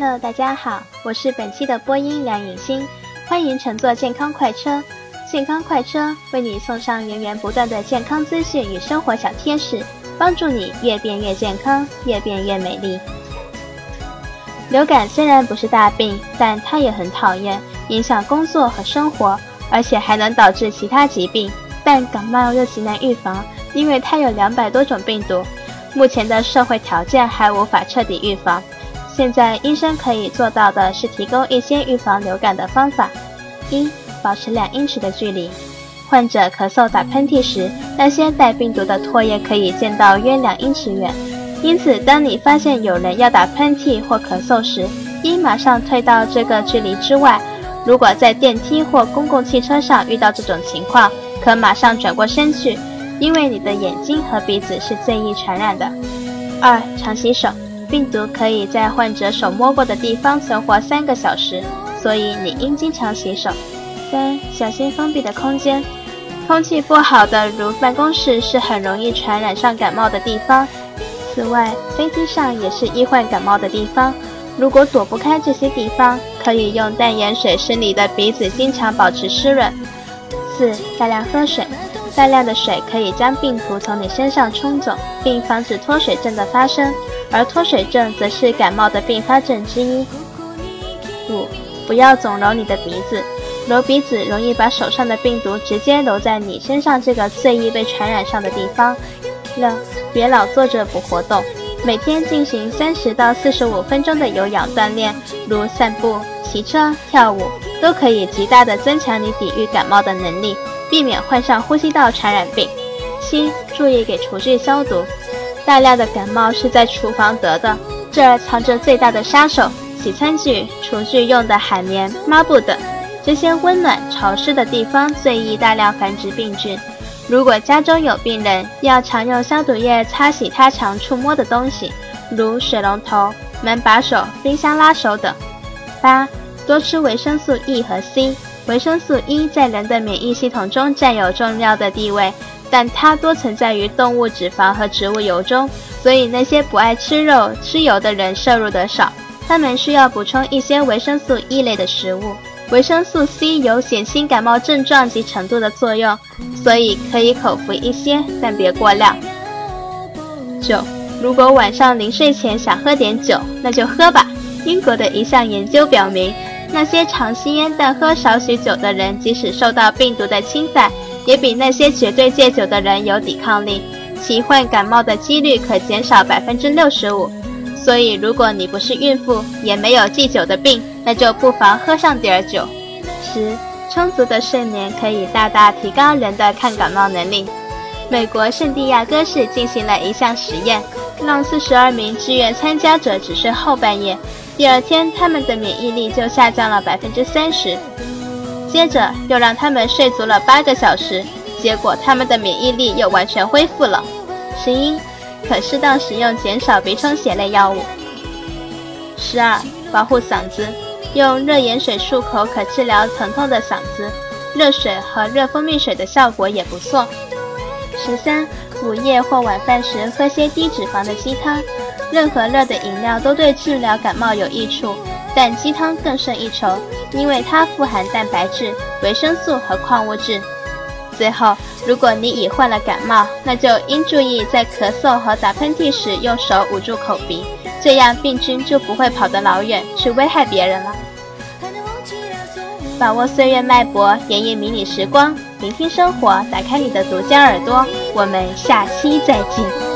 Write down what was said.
Hello， 大家好，我是本期的播音梁颖欣，欢迎乘坐健康快车。健康快车为你送上源源不断的健康资讯与生活小贴士，帮助你越变越健康，越变越美丽。流感虽然不是大病，但它也很讨厌，影响工作和生活，而且还能导致其他疾病。但感冒又极难预防，因为它有200多种病毒，目前的社会条件还无法彻底预防。现在医生可以做到的是提供一些预防流感的方法。1. 保持2英尺的距离。患者咳嗽打喷嚏时，那些带病毒的唾液可以见到约2英尺远，因此当你发现有人要打喷嚏或咳嗽时，应马上退到这个距离之外。如果在电梯或公共汽车上遇到这种情况，可马上转过身去，因为你的眼睛和鼻子是最易传染的。2. 常洗手。病毒可以在患者手摸过的地方存活3个小时，所以你应经常洗手。3. 小心封闭的空间。空气不好的如办公室是很容易传染上感冒的地方。此外，飞机上也是易患感冒的地方。如果躲不开这些地方，可以用淡盐水使你的鼻子经常保持湿润。4. 大量喝水。大量的水可以将病毒从你身上冲走，并防止脱水症的发生，而脱水症则是感冒的并发症之一。5. 不要总揉你的鼻子，揉鼻子容易把手上的病毒直接揉在你身上这个最易被传染上的地方。6. 别老坐着不活动，每天进行30到45分钟的有氧锻炼，如散步、骑车、跳舞，都可以极大地增强你抵御感冒的能力，避免患上呼吸道传染病。7. 注意给厨具消毒。大量的感冒是在厨房得的，这儿藏着最大的杀手：洗餐具、厨具用的海绵、抹布等。这些温暖潮湿的地方最易大量繁殖病菌。如果家中有病人，要常用消毒液擦洗他常触摸的东西，如水龙头、门把手、冰箱拉手等。8. 多吃维生素 E 和 C。维生素 E 在人的免疫系统中占有重要的地位，但它多存在于动物脂肪和植物油中，所以那些不爱吃肉、吃油的人摄入得少。他们需要补充一些维生素 E 类的食物。维生素 C 有减轻感冒症状及程度的作用，所以可以口服一些，但别过量。9. 如果晚上临睡前想喝点酒，那就喝吧。英国的一项研究表明，那些常吸烟但喝少许酒的人，即使受到病毒的侵犯，也比那些绝对戒酒的人有抵抗力，其患感冒的几率可减少 65%。所以如果你不是孕妇，也没有忌酒的病，那就不妨喝上点酒。10. 充足的睡眠可以大大提高人的抗感冒能力。美国圣地亚哥市进行了一项实验，让42名志愿参加者只睡后半夜，第二天他们的免疫力就下降了 30%。接着又让他们睡足了8个小时，结果他们的免疫力又完全恢复了。11. 可适当使用减少鼻充血类药物。12. 保护嗓子，用热盐水漱口可治疗疼痛的嗓子，热水和热蜂蜜水的效果也不错。13. 午夜或晚饭时喝些低脂肪的鸡汤。任何热的饮料都对治疗感冒有益处，但鸡汤更胜一筹，因为它富含蛋白质、维生素和矿物质。最后，如果你已患了感冒，那就应注意在咳嗽和打喷嚏时用手捂住口鼻，这样病菌就不会跑得老远去危害别人了。把握岁月脉搏，演绎迷你时光，聆听生活，打开你的独家耳朵。我们下期再见。